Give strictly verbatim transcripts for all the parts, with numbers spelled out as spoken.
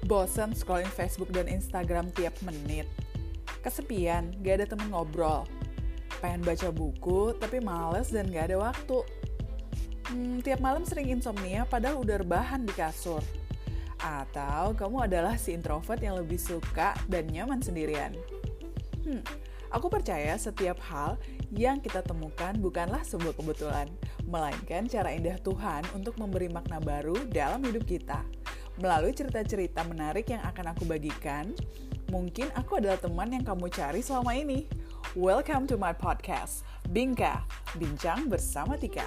Bosan scrolling Facebook dan Instagram tiap menit. Kesepian, gak ada temen ngobrol. Pengen baca buku, tapi males dan gak ada waktu. Hmm, tiap malam sering insomnia padahal udah rebahan di kasur. Atau kamu adalah si introvert yang lebih suka dan nyaman sendirian. Hmm, aku percaya setiap hal yang kita temukan bukanlah sebuah kebetulan, melainkan cara indah Tuhan untuk memberi makna baru dalam hidup kita. Melalui cerita-cerita menarik yang akan aku bagikan, mungkin aku adalah teman yang kamu cari selama ini. Welcome to my podcast, Bingka, Bincang Bersama Tika.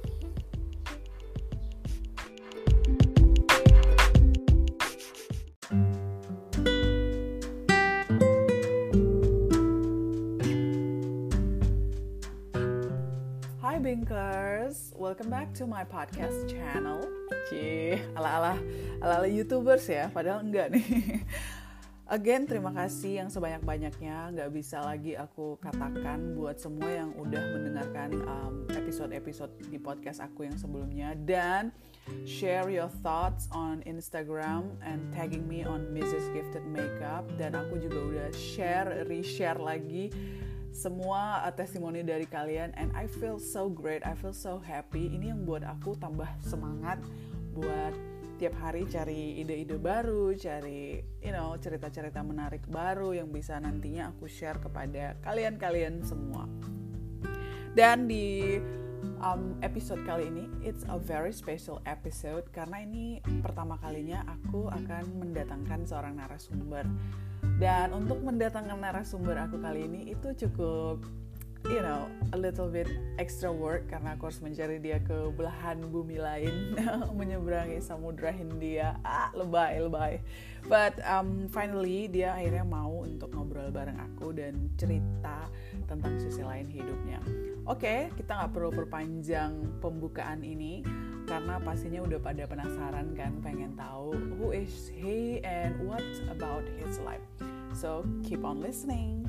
Hi Binkers, welcome back to my podcast channel. Cih, ala-ala ala-ala YouTubers ya, padahal enggak nih. Again, terima kasih yang sebanyak-banyaknya. Gak bisa lagi aku katakan buat semua yang udah mendengarkan um, episode-episode di podcast aku yang sebelumnya. Dan share your thoughts on Instagram and tagging me on Missus Gifted Makeup. Dan aku juga udah share, reshare lagi semua testimoni dari kalian. And I feel so great, I feel so happy. Ini yang buat aku tambah semangat buat tiap hari cari ide-ide baru, cari you know cerita-cerita menarik baru yang bisa nantinya aku share kepada kalian-kalian semua. Dan di um, episode kali ini, it's a very special episode karena ini pertama kalinya aku akan mendatangkan seorang narasumber. Dan untuk mendatangkan narasumber aku kali ini itu cukup you know, a little bit extra work karena aku harus mencari dia ke belahan bumi lain, menyeberangi samudra Hindia. Ah, lebay, lebay. But um, finally dia akhirnya mau untuk ngobrol bareng aku dan cerita tentang sisi lain hidupnya. Oke, okay, kita nggak perlu perpanjang pembukaan ini karena pastinya udah pada penasaran kan, pengen tahu who is he and what about his life. So keep on listening.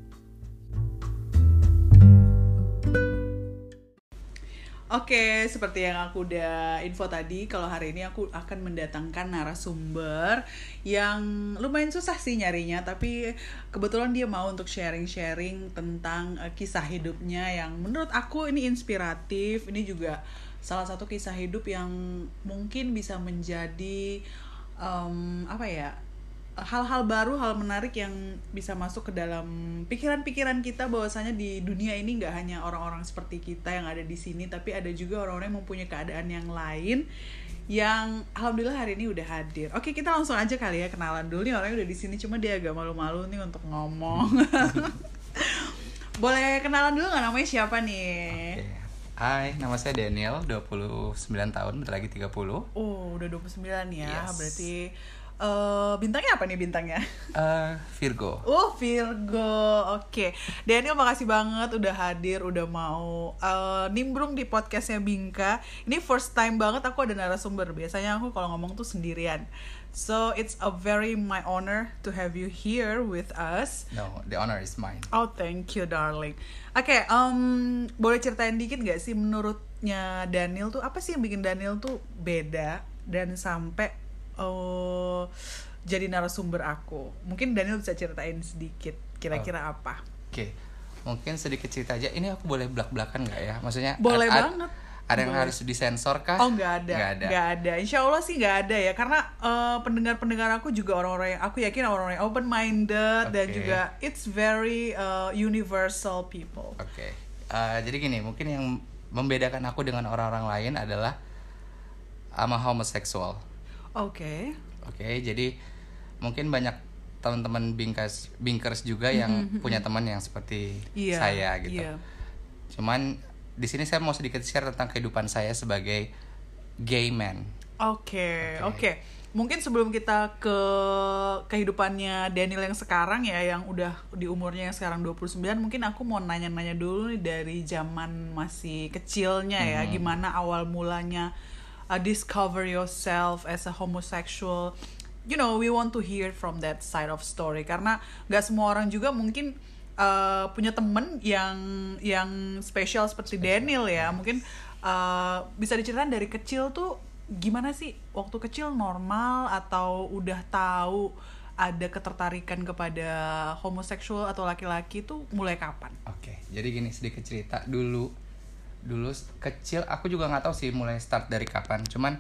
Oke, okay, seperti yang aku udah info tadi, kalau hari ini aku akan mendatangkan narasumber yang lumayan susah sih nyarinya, tapi kebetulan dia mau untuk sharing-sharing tentang uh, kisah hidupnya yang menurut aku ini inspiratif. Ini juga salah satu kisah hidup yang mungkin bisa menjadi um, apa ya, hal-hal baru, hal menarik yang bisa masuk ke dalam pikiran-pikiran kita bahwasanya di dunia ini nggak hanya orang-orang seperti kita yang ada di sini, tapi ada juga orang-orang yang mempunyai keadaan yang lain yang alhamdulillah hari ini udah hadir. Oke, kita langsung aja kali ya kenalan dulu nih orangnya udah di sini, cuma dia agak malu-malu nih untuk ngomong. Boleh kenalan dulu nggak, namanya siapa nih? Oke. Hai, nama saya Daniel, dua puluh sembilan tahun, bentar lagi tiga puluh. Oh, udah dua puluh sembilan ya, Yes. Berarti Uh, bintangnya apa nih bintangnya? Uh, Virgo. Oh, Virgo. Oke. Okay. Daniel, makasih banget udah hadir, udah mau uh, nimbrung di podcastnya Bingka. Ini first time banget aku ada narasumber. Biasanya aku kalau ngomong tuh sendirian. So it's a very my honor to have you here with us. No, the honor is mine. Oh, thank you, darling. Oke, okay, um, boleh ceritain dikit gak sih menurutnya Daniel tuh apa sih yang bikin Daniel tuh beda dan sampai Oh, jadi narasumber aku. Mungkin Daniel bisa ceritain sedikit kira-kira oh. apa? Oke, okay. Mungkin sedikit cerita aja. Ini aku boleh belak-belakan nggak ya? Maksudnya boleh ad- banget. Ada yang boleh. harus disensor kah? Oh, nggak ada. Nggak ada. Nggak ada. Insya Allah sih nggak ada ya. Karena uh, pendengar-pendengar aku juga orang-orang yang aku yakin orang-orang yang open-minded okay. Dan juga it's very uh, universal people. Oke. Okay. Uh, jadi gini, mungkin yang membedakan aku dengan orang-orang lain adalah ama homoseksual. Oke. Okay. Oke, okay, jadi mungkin banyak teman-teman bingkers bingkers juga yang mm-hmm. punya teman yang seperti yeah, saya gitu. Yeah. Cuman di sini saya mau sedikit share tentang kehidupan saya sebagai gay man. Oke, okay, oke. Okay. Okay. Mungkin sebelum kita ke kehidupannya Daniel yang sekarang ya, yang udah di umurnya yang sekarang dua puluh sembilan, mungkin aku mau nanya-nanya dulu nih dari zaman masih kecilnya ya, mm-hmm. gimana awal mulanya Uh, discover yourself as a homosexual. You know, we want to hear from that side of story karena nggak semua orang juga mungkin uh, punya temen yang yang spesial seperti special. Daniel ya. Mungkin uh, bisa diceritain dari kecil tuh gimana sih waktu kecil, normal atau udah tahu ada ketertarikan kepada homoseksual atau laki-laki itu mulai kapan? Oke, jadi gini sedikit cerita dulu. Dulu kecil aku juga nggak tahu sih mulai start dari kapan. Cuman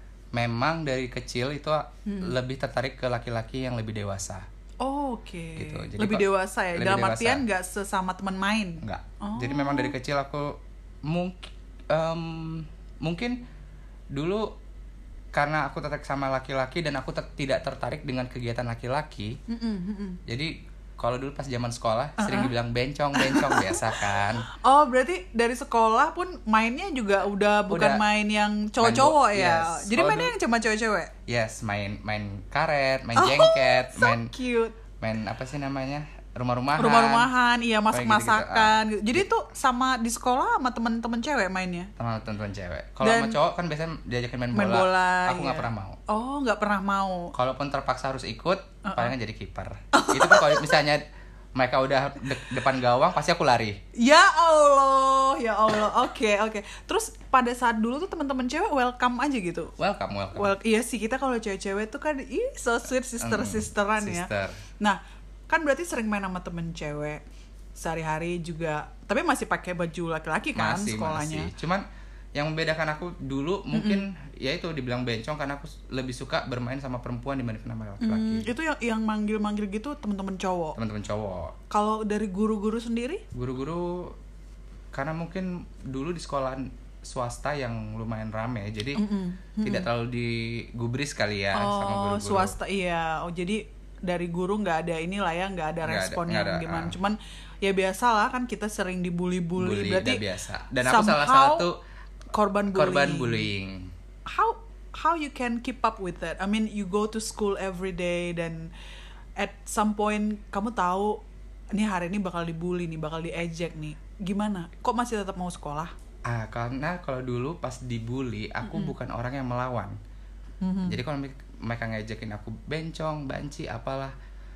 memang dari kecil itu hmm. lebih tertarik ke laki-laki yang lebih dewasa. Oh, oke. Okay. Gitu. Jadi lebih dewasa ya. Lebih dalam dewasa. Artian nggak sesama teman main. Nggak. Oh. Jadi memang dari kecil aku mungkin um, mungkin dulu karena aku tertarik sama laki-laki dan aku ter- tidak tertarik dengan kegiatan laki-laki. Mm-mm, mm-mm. Jadi kalau dulu pas zaman sekolah uh-huh. sering dibilang bencong, bencong biasa kan. Oh, berarti dari sekolah pun mainnya juga udah bukan udah main yang cowok-cowok main bo- ya. Yes. Jadi kalo mainnya dulu, yang cuma cewek-cewek. Yes, main main karet, main oh, jengket, so main cute. Main apa sih namanya? Rumah-rumahan. Rumah-rumahan, iya, masak-masakan gitu, gitu. Jadi tuh sama di sekolah sama teman-teman cewek mainnya. Sama teman-teman cewek. Kalau sama cowok kan biasanya diajakin main bola. Main bola aku nggak iya. pernah mau. Oh, nggak pernah mau. Kalaupun terpaksa harus ikut, uh-uh. palingan jadi kiper. Oh. Itu kan kalau misalnya mereka udah de- depan gawang, pasti aku lari. Ya Allah, ya Allah. Oke, okay, oke. Okay. Terus pada saat dulu tuh teman-teman cewek welcome aja gitu. Welcome, welcome. Well, iya sih, kita kalau cewek-cewek tuh kan ih so sweet sister-sisteran mm, ya. Sister. Nah, kan berarti sering main sama temen cewek sehari-hari juga, tapi masih pakai baju laki-laki kan masih, sekolahnya. Masih. Cuman yang membedakan aku dulu mungkin mm-hmm. ya itu dibilang bencong karena aku lebih suka bermain sama perempuan dibandingkan sama laki-laki. Mm, itu yang yang manggil-manggil gitu teman-teman cowok. Teman-teman cowok. Kalau dari guru-guru sendiri? Guru-guru karena mungkin dulu di sekolah swasta yang lumayan rame, jadi mm-hmm. Mm-hmm. tidak terlalu digubris kali ya oh, sama guru-guru. Oh, swasta iya. Oh, jadi dari guru nggak ada inilah ya, nggak ada nggak respon ada, yang ada, gimana. Uh. Cuman ya biasalah kan kita sering dibully-bully. Bully, berarti biasa. Dan aku salah satu korban bullying. Korban bullying. How how you can keep up with that? I mean, you go to school every day dan at some point kamu tahu nih hari ini bakal dibully nih, bakal diejek nih. Gimana? Kok masih tetap mau sekolah? Ah, karena kalau dulu pas dibully, aku mm-hmm. bukan orang yang melawan. Mm-hmm. Jadi kalau mereka ngejekin aku bencong, banci, apalah,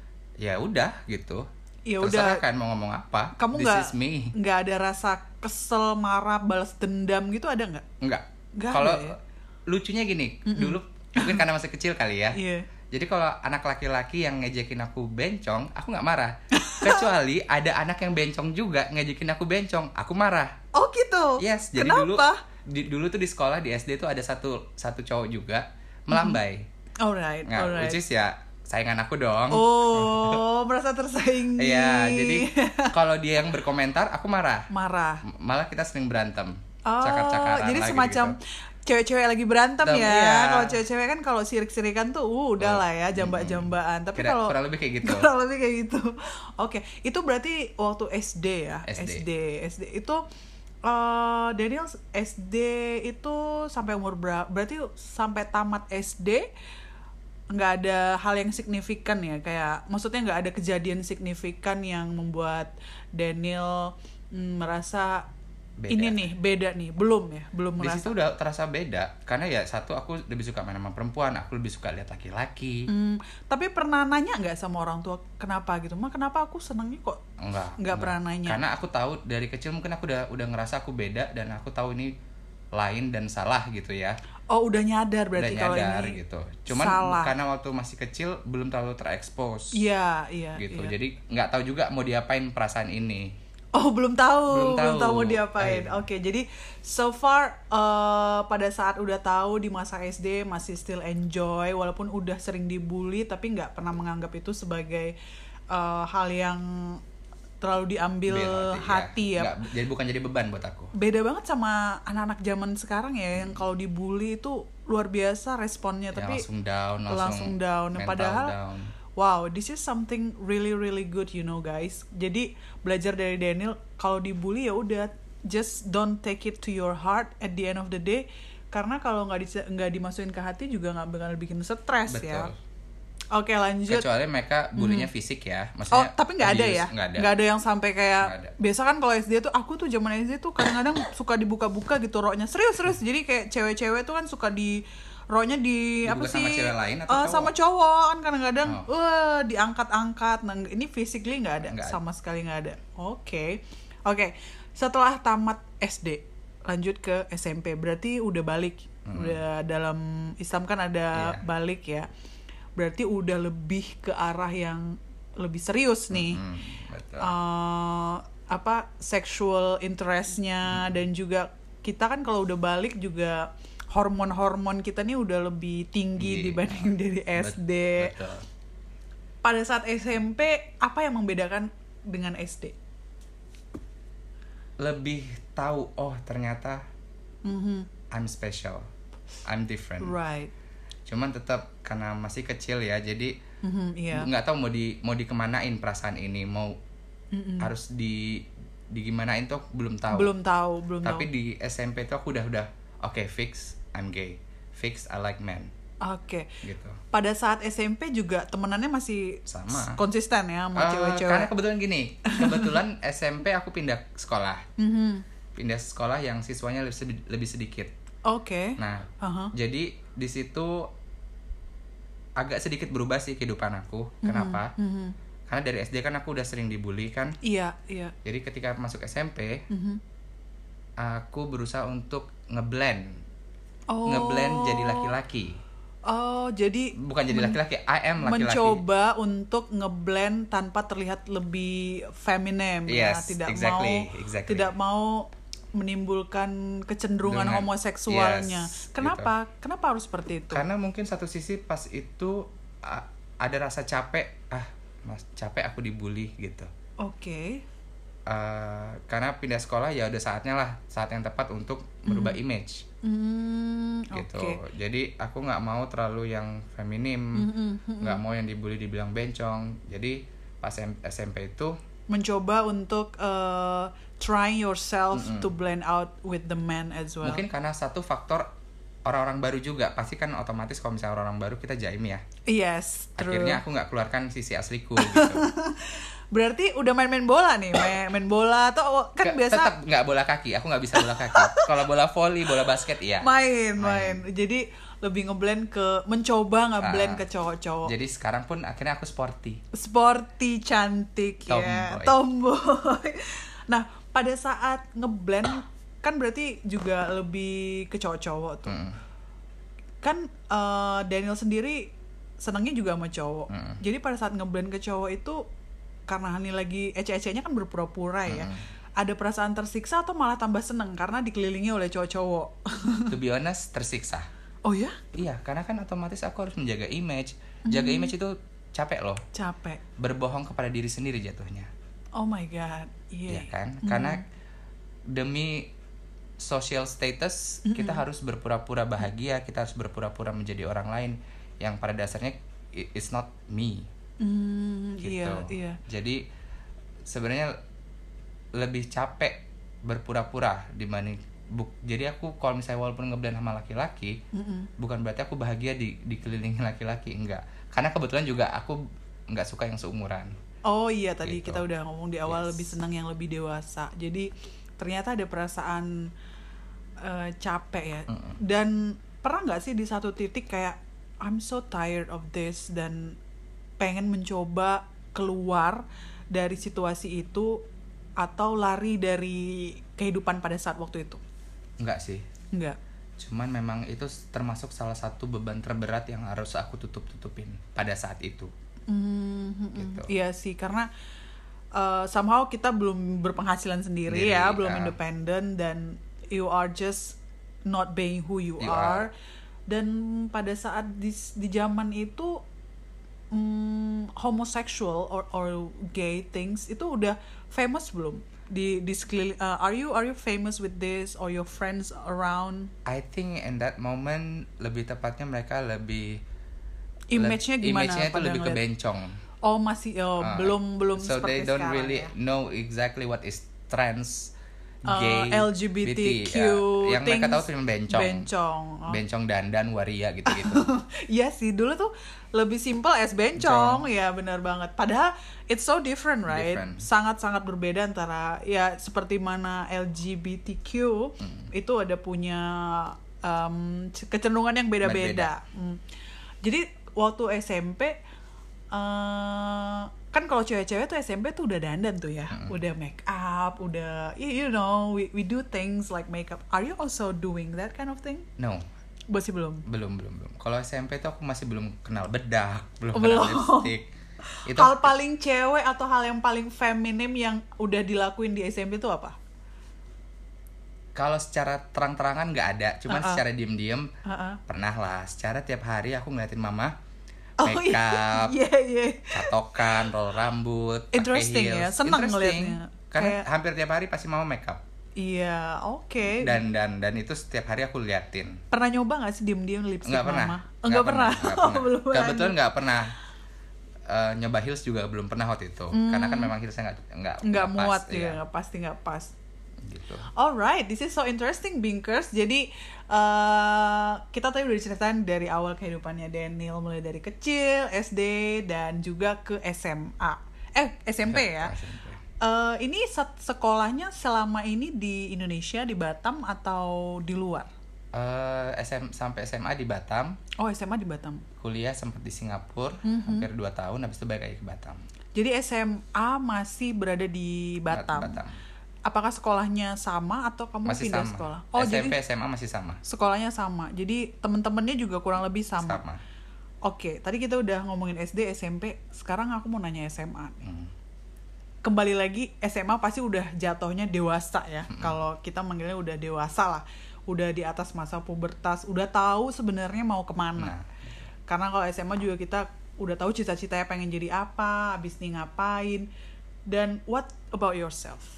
ya udah gitu. Ya terserah udah kan mau ngomong apa. Kamu This gak, is me. Nggak ada rasa kesel, marah, balas dendam gitu, ada nggak? Nggak. Kalau ya? Lucunya gini, mm-mm. dulu mungkin karena masih kecil kali ya. Yeah. Jadi kalau anak laki-laki yang ngejekin aku bencong, aku nggak marah. Kecuali ada anak yang bencong juga ngejekin aku bencong, aku marah. Oh gitu. Yes. Jadi Kenapa? dulu, di, dulu tuh di sekolah di S D tuh ada satu satu cowok juga melambai. Mm-hmm. Alright. Nah, alright. which is ya saingan aku dong. Oh, merasa tersaingi. Iya, jadi kalau dia yang berkomentar, aku marah. Marah. Malah kita sering berantem. Oh, cakar-cakaran jadi lagi semacam gitu. Cewek-cewek lagi berantem Tem, ya. Iya. Kalau cewek-cewek kan kalau sirik-sirikan tuh, uh, udah lah ya, jambak-jambaan. Tapi Kira, kalau kurang lebih kayak gitu. Kurang lebih kayak gitu. Oke, okay. Itu berarti waktu S D ya. S D. S D, S D itu uh, Daniel S D itu sampai umur berapa? Berarti sampai tamat S D nggak ada hal yang signifikan ya, kayak maksudnya nggak ada kejadian signifikan yang membuat Daniel mm, merasa beda. Ini nih beda nih, belum ya, belum merasa. Di situ udah terasa beda karena ya satu aku lebih suka main sama perempuan, aku lebih suka lihat laki-laki. Hmm, tapi pernah nanya nggak sama orang tua kenapa gitu? Ma kenapa aku senengnya kok? Enggak. Nggak pernah nanya. Karena aku tahu dari kecil mungkin aku udah udah ngerasa aku beda dan aku tahu ini lain dan salah gitu ya. Oh, udah nyadar berarti kalau ini. Udah nyadar gitu. Cuman salah. Karena waktu masih kecil belum terlalu terekspos. Iya, iya. Gitu. Iya. Jadi nggak tahu juga mau diapain perasaan ini. Oh, belum tahu, belum tahu, belum tahu mau diapain. Oke, okay, jadi so far uh, pada saat udah tahu di masa S D masih still enjoy walaupun udah sering dibully tapi nggak pernah menganggap itu sebagai uh, hal yang terlalu diambil Bel, hati ya. ya. Nggak, jadi bukan jadi beban buat aku. Beda banget sama anak-anak zaman sekarang ya, yang kalau dibully itu luar biasa responnya, ya, tapi langsung down, langsung, langsung down. Padahal down. Wow, this is something really really good, you know guys. Jadi belajar dari Daniel, kalau dibully ya udah, just don't take it to your heart at the end of the day. Karena kalau nggak di, nggak dimasukin ke hati juga nggak bakal bikin stres ya. Oke, lanjut. Kecuali mereka bulinya hmm. fisik ya, maksudnya. Oh, tapi nggak ada ya? Nggak ada. Nggak ada yang sampai kayak biasa kan kalau S D tuh, aku tuh zaman S D tuh kadang-kadang suka dibuka-buka gitu roknya, serius-serius. Jadi kayak cewek-cewek tuh kan suka di roknya di dibuka apa sih? Sama cewek lain atau uh, cowok? Sama cowok kan kadang-kadang, oh. uh, diangkat-angkat. Nah, ini physically nggak ada, nggak sama ada. sekali nggak ada. Oke, okay. oke. Okay. Setelah tamat S D, lanjut ke S M P. Berarti udah balik hmm. udah dalam Islam kan ada yeah. balik ya, berarti udah lebih ke arah yang lebih serius nih. Hmm, betul. Uh, apa sexual interestnya hmm. dan juga kita kan kalau udah balik juga hormon-hormon kita nih udah lebih tinggi yeah. dibanding dari S D. Betul. Pada saat S M P apa yang membedakan dengan S D? Lebih tahu, oh ternyata mm-hmm. I'm special, I'm different. Right. Cuman tetap karena masih kecil ya, jadi mm-hmm, yeah. nggak tahu mau di mau dikemanain perasaan ini, mau mm-hmm. harus di digimanain tuh belum tahu. Belum tahu, belum Tapi tahu. di S M P tuh aku udah udah oke okay, fix I'm gay, fix I like men. Oke. Okay. Gitu. Pada saat S M P juga temenannya masih sama konsisten ya sama uh, cewek-cewek. Karena kebetulan gini, kebetulan S M P aku pindah sekolah, mm-hmm. pindah sekolah yang siswanya lebih lebih sedikit. Oke. Okay. Nah, uh-huh. jadi di situ agak sedikit berubah sih kehidupan aku. Kenapa? Mm-hmm. Karena dari S D kan aku udah sering dibully kan. Iya iya. Jadi ketika masuk S M P, mm-hmm. aku berusaha untuk ngeblend, oh. ngeblend jadi laki-laki. Oh, jadi bukan jadi men- laki-laki, I am laki-laki. Mencoba untuk ngeblend tanpa terlihat lebih feminin yes, ya, tidak exactly, mau exactly. tidak mau menimbulkan kecenderungan Dengan, homoseksualnya. Yes, Kenapa? Gitu. Kenapa harus seperti itu? Karena mungkin satu sisi pas itu uh, ada rasa capek, ah, mas capek aku dibully gitu. Oke. Okay. Uh, karena pindah sekolah ya udah saatnya lah, saat yang tepat untuk merubah mm. image. Mm, gitu. Okay. Jadi aku nggak mau terlalu yang feminim, nggak mm-hmm. mau yang dibully dibilang bencong. Jadi pas S M P itu mencoba untuk uh, trying yourself mm-hmm. to blend out with the men as well. Mungkin karena satu faktor orang-orang baru juga, pasti kan otomatis kalau misalnya orang-orang baru kita jaim ya. Yes, true. Akhirnya aku nggak keluarkan sisi asliku gitu. Berarti udah main-main bola nih, main, main bola atau kan Gak, biasa tetap nggak bola kaki, aku nggak bisa bola kaki. Kalau bola voli, bola basket iya. Main, main, main. Jadi lebih ngeblend ke mencoba ngeblend uh, ke cowok-cowok. Jadi sekarang pun akhirnya aku sporty. Sporty, cantik tomboy. ya, tomboy. Nah, pada saat ngeblend kan berarti juga lebih ke cowok-cowok tuh. Mm. Kan uh, Daniel sendiri senangnya juga sama cowok. Mm. Jadi pada saat ngeblend ke cowok itu karena Hani lagi ece-ecenya kan berpura-pura ya. Hmm. Ada perasaan tersiksa atau malah tambah seneng karena dikelilingi oleh cowok-cowok? To be honest, tersiksa. Oh ya? Iya, karena kan otomatis aku harus menjaga image. Jaga hmm. image itu capek loh. Capek. Berbohong kepada diri sendiri jatuhnya. Oh my god. Iya yeah. kan? Hmm. Karena demi social status hmm. kita harus berpura-pura bahagia, kita harus berpura-pura menjadi orang lain yang pada dasarnya it's not me. Mm, gitu. Iya, iya. Jadi sebenarnya lebih capek berpura-pura dibanding buk. Jadi aku kalau misalnya walaupun ngeblend sama laki-laki, mm-mm. bukan berarti aku bahagia di dikelilingi laki-laki, enggak. Karena kebetulan juga aku enggak suka yang seumuran. Oh iya, tadi gitu. Kita udah ngomong di awal yes. lebih senang yang lebih dewasa. Jadi ternyata ada perasaan uh, capek ya. Mm-mm. Dan pernah nggak sih di satu titik kayak I'm so tired of this dan pengen mencoba keluar dari situasi itu atau lari dari kehidupan pada saat waktu itu? Enggak sih. Enggak. Cuman memang itu termasuk salah satu beban terberat yang harus aku tutup-tutupin pada saat itu. Mm-hmm. Gitu. Iya sih, karena uh, somehow kita belum berpenghasilan sendiri, sendiri ya, belum uh, independen dan you are just not being who you, you are. are. Dan pada saat di di zaman itu Hmm, homosexual or or gay things itu udah famous belum di di sekeliling? Uh, are you are you famous with this or your friends around? I think in that moment lebih tepatnya mereka lebih image-nya le- gimana? Image-nya itu lebih ke bencong. Oh masih oh, uh, belum belum so seperti they don't sekarang, really ya? know exactly what is trans. Uh, gay, L G B T Q ya. Yang mereka tahu film bencong, bencong, oh. bencong dandan waria gitu-gitu. Iya sih, dulu tuh lebih simple as bencong, bencong. Ya benar banget. Padahal it's so different, right? Different. Sangat-sangat berbeda antara ya seperti mana L G B T Q hmm. itu ada punya um, kecenderungan yang beda-beda. Hmm. Jadi waktu S M P uh, kan kalau cewek-cewek tuh S M P tuh udah dandan tuh ya, mm-hmm. udah make up, udah you know we we do things like makeup. Are you also doing that kind of thing? No, Masih belum. Belum, belum, belum. Kalau S M P tuh aku masih belum kenal bedak, belum oh, kenal belum. lipstick. Itu hal paling cewek atau hal yang paling feminim yang udah dilakuin di S M P itu apa? Kalau secara terang-terangan nggak ada, cuman uh-uh. secara diem-diem uh-uh. pernah lah. Secara tiap hari aku ngeliatin mama oh, make up, yeah, yeah. catokan, roll rambut, interesting pakai heels. Ya, seneng ngeliatnya. Karena kayak... hampir tiap hari pasti mama make up. Iya, oke. Okay. Dan dan dan itu setiap hari aku liatin. Pernah nyoba nggak sih diem-diem lipstick nggak pernah. mama? Oh, nggak pernah. pernah. Oh, belum. Kebetulan nggak pernah. Uh, nyoba heels juga belum pernah waktu itu, mm. karena kan memang heelsnya nggak nggak nggak muat pas, ya, nggak pasti nggak pas. Gitu. Alright, this is so interesting, Binkers. Jadi uh, kita tadi udah diceritain dari awal kehidupannya Daniel, mulai dari kecil, S D, dan juga ke S M A. Eh, S M P ya. S M P. Uh, ini sekolahnya selama ini di Indonesia, di Batam atau di luar? Uh, S M sampai S M A di Batam. Oh, S M A di Batam. Kuliah sempat di Singapura mm-hmm. hampir dua tahun, habis itu balik lagi ke Batam. Jadi S M A masih berada di Batam. Batam. Apakah sekolahnya sama atau kamu masih pindah sama. sekolah? Oh, S M P jadi S M A masih sama. Sekolahnya sama. Jadi teman-temannya juga kurang lebih sama. Sama. Oke, tadi kita udah ngomongin S D, S M P. Sekarang aku mau nanya S M A. Hmm. Kembali lagi S M A pasti udah jatuhnya dewasa ya. Hmm. Kalau kita manggilnya udah dewasa lah. Udah di atas masa pubertas, udah tahu sebenarnya mau kemana. Nah. Karena kalau S M A juga kita udah tahu cita-citanya pengen jadi apa, abis nih ngapain. Dan what about yourself?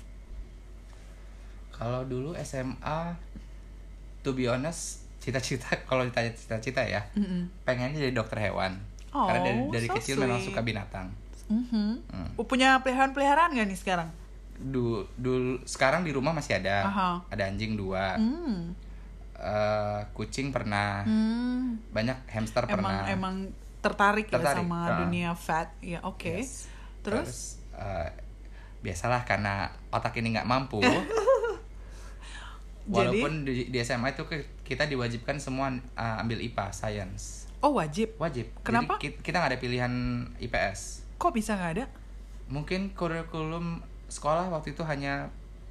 Kalau dulu S M A, to be honest, cita-cita kalau ditanya cita-cita ya, mm-hmm. pengennya jadi dokter hewan. Oh, karena dari dari so kecil sweet. memang suka binatang. Mm-hmm. Mm. Punya peliharaan-peliharaan nggak nih sekarang? Dulu, dulu sekarang di rumah masih ada, uh-huh. ada anjing dua, mm. uh, kucing pernah, mm. banyak hamster emang, pernah. Emang tertarik, tertarik ya sama uh. dunia fat, ya oke. Okay. Yes. Terus? Terus uh, biasalah karena otak ini nggak mampu. Walaupun di, di S M A itu kita diwajibkan semua uh, ambil I P A, science. Oh, wajib? Wajib. Kenapa? Jadi kita nggak ada pilihan I P S. Kok bisa nggak ada? Mungkin kurikulum sekolah waktu itu hanya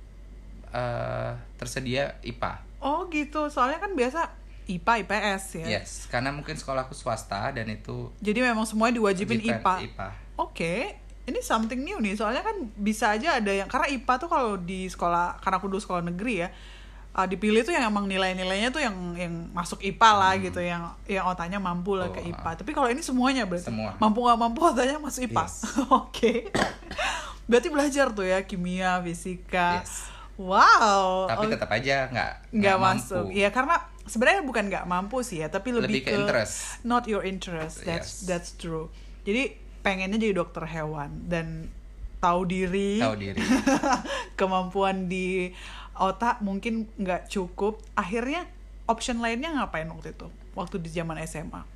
uh, tersedia I P A. Oh gitu, soalnya kan biasa I P A, I P S ya? Yes, karena mungkin sekolahku swasta dan itu... Jadi memang semuanya diwajibin I P A? I P A. Oke. Okay. Ini something new nih, soalnya kan bisa aja ada yang... Karena I P A tuh kalau di sekolah, karena aku dulu sekolah negeri ya, uh, dipilih tuh yang emang nilai-nilainya tuh yang yang masuk I P A lah hmm. gitu, yang yang otaknya mampu lah oh, ke I P A. Uh. Tapi kalau ini semuanya berarti semua. Mampu nggak mampu otaknya masuk I P A. Yes. Oke. Okay. Berarti belajar tuh ya kimia, fisika. Yes. Wow. Tapi oh. tetap aja nggak nggak masuk. Iya karena sebenarnya bukan nggak mampu sih ya, tapi lebih, lebih ke, ke interest. Not your interest. That's yes. that's true. Jadi pengennya jadi dokter hewan dan tahu diri, tahu diri. Kemampuan di otak mungkin nggak cukup. Akhirnya option lainnya ngapain waktu itu? Waktu di zaman S M A?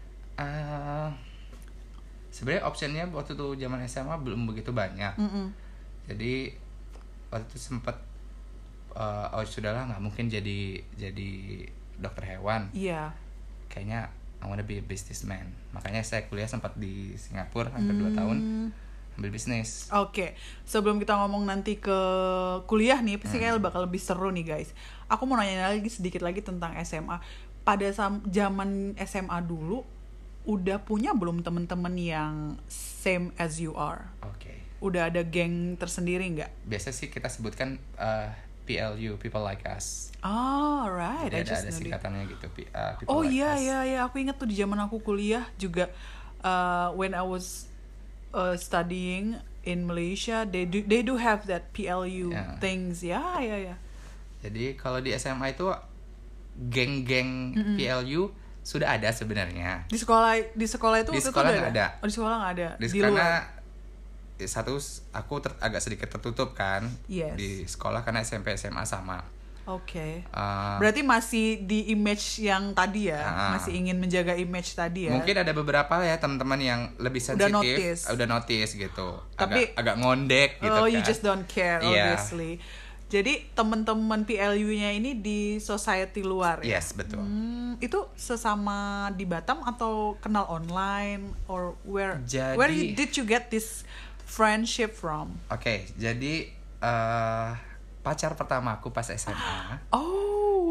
Uh, sebenarnya optionnya waktu itu zaman S M A belum begitu banyak. Mm-mm. Jadi waktu itu sempat uh, oh sudahlah nggak mungkin jadi jadi dokter hewan. Iya. Yeah. Kayaknya I wanna be a businessman. Makanya saya kuliah sempat di Singapura hampir dua hmm. tahun ambil bisnis. Oke, okay. Sebelum kita ngomong nanti ke kuliah nih, pasti hmm. kayak bakal lebih seru nih guys. Aku mau nanya lagi sedikit lagi tentang S M A. Pada zaman S M A dulu, udah punya belum temen-temen yang same as you are? Oke. Okay. Udah ada geng tersendiri nggak? Biasa sih kita sebutkan uh, P L U, people like us. Oh, right. Jadi ada, ada singkatannya gitu. Uh, people oh like iya us. iya iya, aku ingat tuh di zaman aku kuliah juga uh, when I was uh, studying in Malaysia, they do they do have that P L U yeah. things. Ya ya ya. Jadi kalau di S M A itu geng-geng mm-hmm. P L U sudah ada sebenarnya. Di sekolah di sekolah itu di sekolah nggak ada. ada. Oh, di sekolah nggak ada. Di, di karena luar. Satu aku ter, agak sedikit tertutup kan yes. di sekolah karena S M P S M A sama. Oke. Okay. Uh, Berarti masih di image yang tadi ya, uh, masih ingin menjaga image tadi ya. Mungkin ada beberapa ya teman-teman yang lebih sensitif, udah notice, udah notice gitu. Tapi agak, agak ngondek gitu oh, kan. Oh, you just don't care yeah. obviously. Jadi teman-teman P L U-nya ini di society luar ya. Yes, betul. Hmm, itu sesama di Batam atau kenal online or where jadi, where you, did you get this friendship from? Oke, okay, jadi uh, pacar pertama aku pas S M A. Oh,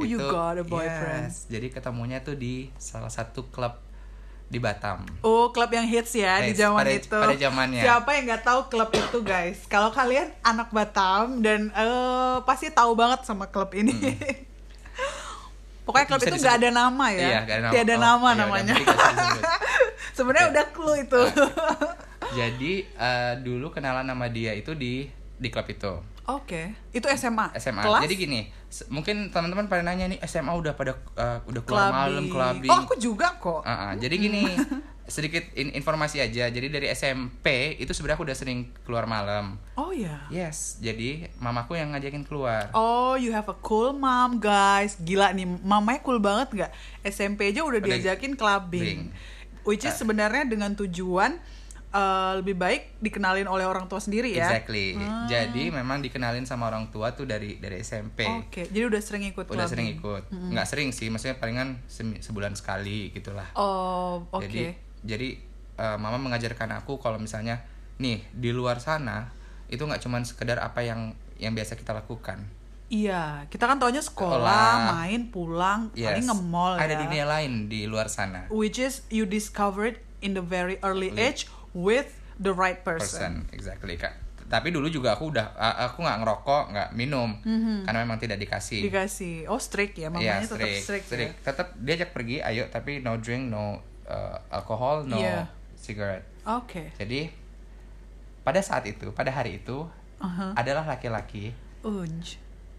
Oh, you got a boyfriend. Yes, jadi ketemunya tuh di salah satu klub di Batam. Oh, klub yang hits ya Hits, di zaman pada, itu. Pada zamannya. Siapa yang nggak tahu klub itu, guys? Kalau kalian anak Batam dan uh, pasti tahu banget sama klub ini. Hmm. Pokoknya klub itu nggak ada nama ya. Iya, gak ada nama. Tiada oh, nama iya, namanya. Sebenarnya udah clue itu. Uh, jadi uh, dulu kenalan sama dia itu di di klub itu. Oke, okay. Itu S M A. S M A. Kelas? Jadi gini, mungkin teman-teman pada nanya nih S M A udah pada uh, udah keluar malam, clubbing. Oh, aku juga kok. Uh-uh. Jadi gini, sedikit in- informasi aja. Jadi dari S M P itu sebenarnya aku udah sering keluar malam. Oh ya. Yeah. Yes, jadi mamaku yang ngajakin keluar. Oh, you have a cool mom, guys. Gila nih, mamanya cool banget nggak? S M P aja udah, udah diajakin clubbing. Bing. Which is uh, sebenarnya dengan tujuan Uh, lebih baik dikenalin oleh orang tua sendiri ya. Exactly. Hmm. Jadi memang dikenalin sama orang tua tuh dari dari S M P. Oke. Okay. Jadi udah sering ikut Udah clubbing. sering ikut. Mm-hmm. Nggak sering sih, maksudnya palingan se- sebulan sekali gitulah. Oh, oke. Okay. Jadi jadi uh, mama mengajarkan aku kalau misalnya nih di luar sana itu nggak cuma sekedar apa yang yang biasa kita lakukan. Iya, kita kan taunya sekolah, sekolah main, pulang, yes. paling nge-mall ya. Ada dunia lain di luar sana. Which is you discovered in the very early Le- age with the right person. person. Exactly, Kak. Tapi dulu juga aku udah aku nggak ngerokok, nggak minum, mm-hmm. karena memang tidak dikasih. Dikasih. Oh, strict ya, mamanya yeah, tetap strict. strict. Ya? Tetap diajak pergi, ayo, tapi no drink, no uh, alcohol, no yeah. cigarette. Oke. Okay. Jadi pada saat itu, pada hari itu uh-huh. adalah laki-laki. Unj.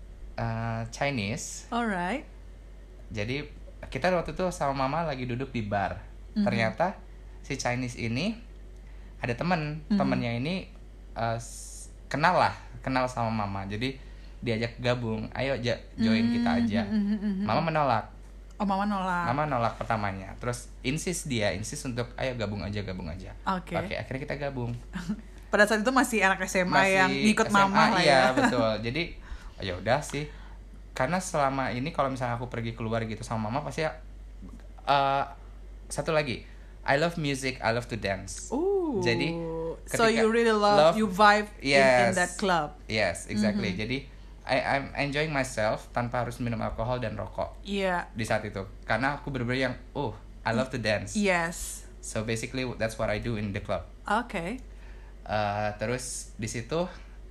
Uh, Chinese. Alright. Jadi kita waktu itu sama mama lagi duduk di bar. Mm-hmm. Ternyata si Chinese ini ada teman, mm-hmm. temennya ini uh, kenal lah, kenal sama mama. Jadi diajak gabung, ayo ja, join mm-hmm. kita aja. Mm-hmm. Mama menolak. Oh, mama nolak. Mama nolak pertamanya. Terus insist dia, insist untuk ayo gabung aja, gabung aja. Oke. Okay. Oke, okay, akhirnya kita gabung. Pada saat itu masih anak S M A masih yang ngikut S M A, mama lah iya, ya. Betul. Jadi ya udah sih. Karena selama ini kalau misalnya aku pergi keluar gitu sama mama pasti ya, uh, satu lagi, I love music, I love to dance. Ooh. Jadi so you really love, love you vibe yes, in, in that club. Yes, exactly. Mm-hmm. Jadi I I'm enjoying myself tanpa harus minum alkohol dan rokok. Iya. Yeah. Di saat itu. Karena aku bener-bener yang oh, I love to dance. Yes. So basically that's what I do in the club. Oke. Okay. Uh, terus di situ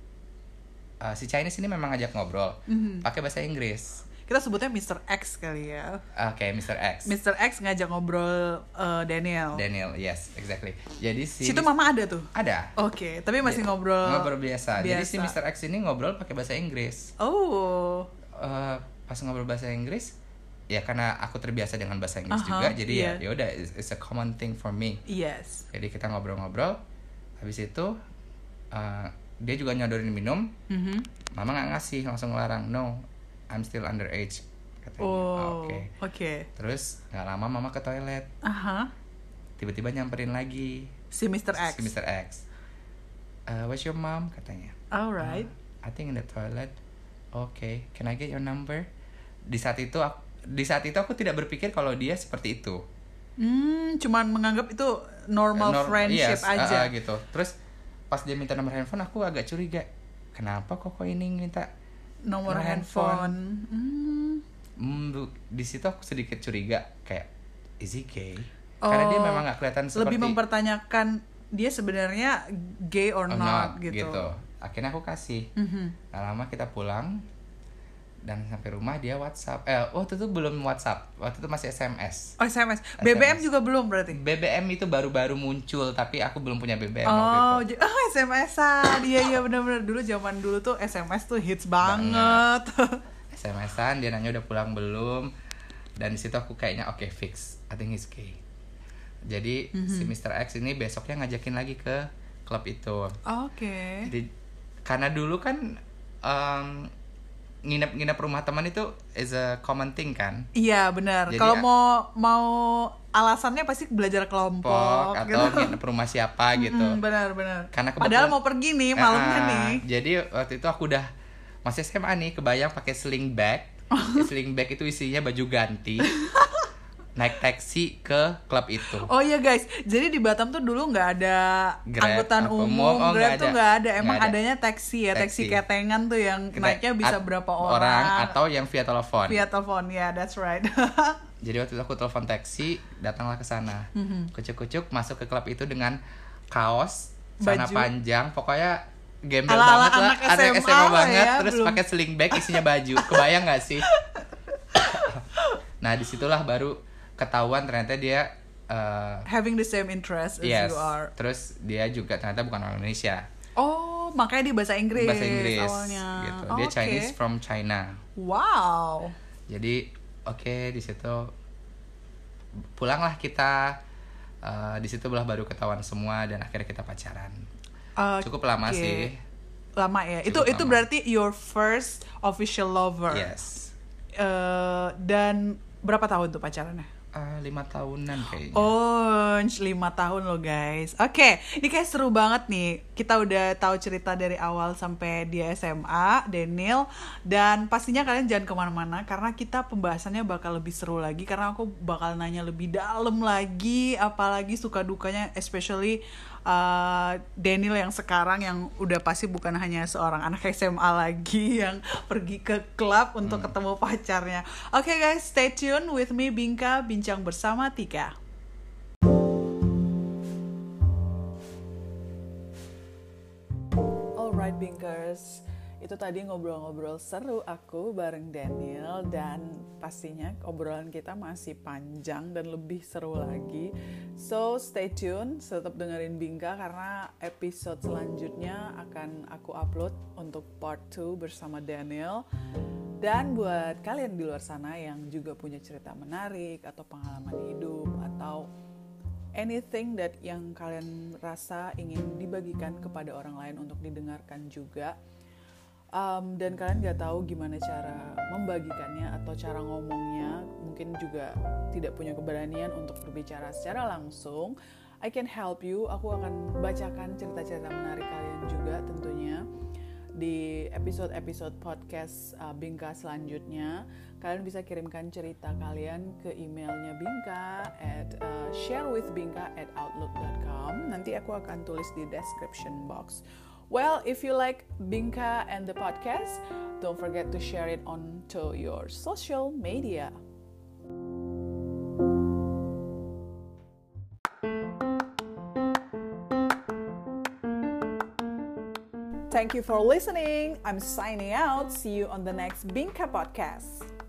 uh, si Chinese ini memang ngajak ngobrol, mm-hmm. pakai bahasa Inggris. Kita sebutnya mister X kali ya. Oke, okay, mister X. mister X ngajak ngobrol uh, Daniel. Daniel, yes, exactly. Jadi si situ mama ada tuh. Ada. Oke, okay, tapi masih ngobrol. Ngobrol biasa. biasa. Jadi si mister X ini ngobrol pakai bahasa Inggris. Oh. Uh, pas ngobrol bahasa Inggris, ya karena aku terbiasa dengan bahasa Inggris uh-huh, juga, jadi yeah. ya, ya udah, it's, it's a common thing for me. Yes. Jadi kita ngobrol-ngobrol, habis itu uh, dia juga nyodorin minum, mm-hmm. mama nggak ngasih, langsung ngelarang, no. I'm still underage, katanya. Oh, oke. Okay. Okay. Terus nggak lama mama ke toilet. Uh-huh. Tiba-tiba nyamperin lagi. Si mister X. Si mister X. Uh, what's your mom? Katanya. Alright. Uh, I think in the toilet. Okay. Can I get your number? Di saat itu, aku, di saat itu aku tidak berpikir kalau dia seperti itu. Hmm, cuman menganggap itu normal Nor- friendship yes, aja. Uh, uh, gitu. Terus pas dia minta nomor handphone, aku agak curiga. Kenapa kok kok ini minta nomor handphone. Hmm. Hmm, di situ aku sedikit curiga kayak is he gay? Oh, karena dia memang nggak kelihatan seperti. Lebih mempertanyakan dia sebenarnya gay or, or not, not gitu. gitu. Akhirnya aku kasih. Mm-hmm. Nah, lama kita pulang dan sampai rumah dia WhatsApp. Eh, waktu itu belum WhatsApp. Waktu itu masih S M S. Oh, S M S. B B M juga belum berarti? B B M itu baru-baru muncul, tapi aku belum punya B B M oh, waktu itu. Oh, S M S-an. Iya, iya benar-benar. Dulu zaman dulu tuh S M S tuh hits banget. banget. S M S-an, dia nanya udah pulang belum. Dan di situ aku kayaknya oke okay, fix. I think he's gay. Jadi mm-hmm. si mister X ini besoknya ngajakin lagi ke klub itu. Oke. Okay. Jadi karena dulu kan um, nginep-nginep rumah teman itu is a common thing kan? Iya benar. Kalau mau mau alasannya pasti belajar kelompok atau gitu. nginep rumah siapa gitu. Benar-benar. Karena padahal mau pergi nih malamnya uh, nih. Jadi waktu itu aku udah masih S M A nih, kebayang pakai sling bag. Sling bag itu isinya baju ganti. naik taksi ke klub itu. Oh iya guys, jadi di Batam tuh dulu nggak ada Grab, angkutan umum, oh, Grab tuh nggak ada. Emang ada. Adanya taksi ya, taksi, taksi ketengan tuh yang Kita, naiknya bisa at, berapa orang. Orang atau yang via telepon. Via telepon, ya, yeah, that's right. Jadi waktu itu aku telepon taksi, datanglah ke sana. Mm-hmm. Kucuk-kucuk masuk ke klub itu dengan kaos, celana panjang, pokoknya gembel ala-ala banget lah, anak S M A banget, ya, terus pakai sling bag isinya baju. Kebayang nggak sih? Nah, disitulah baru ketahuan ternyata dia uh, having the same interest as yes, you are. Terus dia juga ternyata bukan orang Indonesia. Oh, makanya dia bahasa Inggris. Bahasa Inggris awalnya. Gitu. Oh, dia okay. Chinese from China. Wow. Jadi oke okay, di situ pulanglah kita. Uh, di situ belah baru ketahuan semua dan akhirnya kita pacaran. Uh, Cukup lama okay. sih. Lama ya. Cukup itu lama. Itu berarti your first official lover. Yes. Uh, dan berapa tahun tuh pacarannya? Uh, lima tahunan kayaknya. Oh, lima tahun loh guys. Oke, okay. Ini kayak seru banget nih. Kita udah tahu cerita dari awal sampai dia S M A, Daniel. Dan pastinya kalian jangan kemana-mana karena kita pembahasannya bakal lebih seru lagi. Karena aku bakal nanya lebih dalam lagi, apalagi suka dukanya, especially uh, Daniel yang sekarang yang udah pasti bukan hanya seorang anak S M A lagi yang pergi ke klub untuk hmm. ketemu pacarnya. Oke okay guys, stay tune with me Bingka, bincang bersama Tika. Alright Binkers, itu tadi ngobrol-ngobrol seru aku bareng Daniel dan pastinya obrolan kita masih panjang dan lebih seru lagi. So stay tune, tetap dengerin Bingka karena episode selanjutnya akan aku upload untuk part two bersama Daniel. Dan buat kalian di luar sana yang juga punya cerita menarik atau pengalaman hidup atau anything that yang kalian rasa ingin dibagikan kepada orang lain untuk didengarkan juga, um, dan kalian gak tahu gimana cara membagikannya atau cara ngomongnya, mungkin juga tidak punya keberanian untuk berbicara secara langsung, I can help you. Aku akan bacakan cerita-cerita menarik kalian juga tentunya di episode-episode podcast uh, Bingka selanjutnya. Kalian bisa kirimkan cerita kalian ke emailnya Bingka at uh, sharewithbingka at outlook dot com. Nanti aku akan tulis di description box. Well, if you like Bingka and the podcast, don't forget to share it on to your social media. Thank you for listening. I'm signing out. See you on the next Bingka podcast.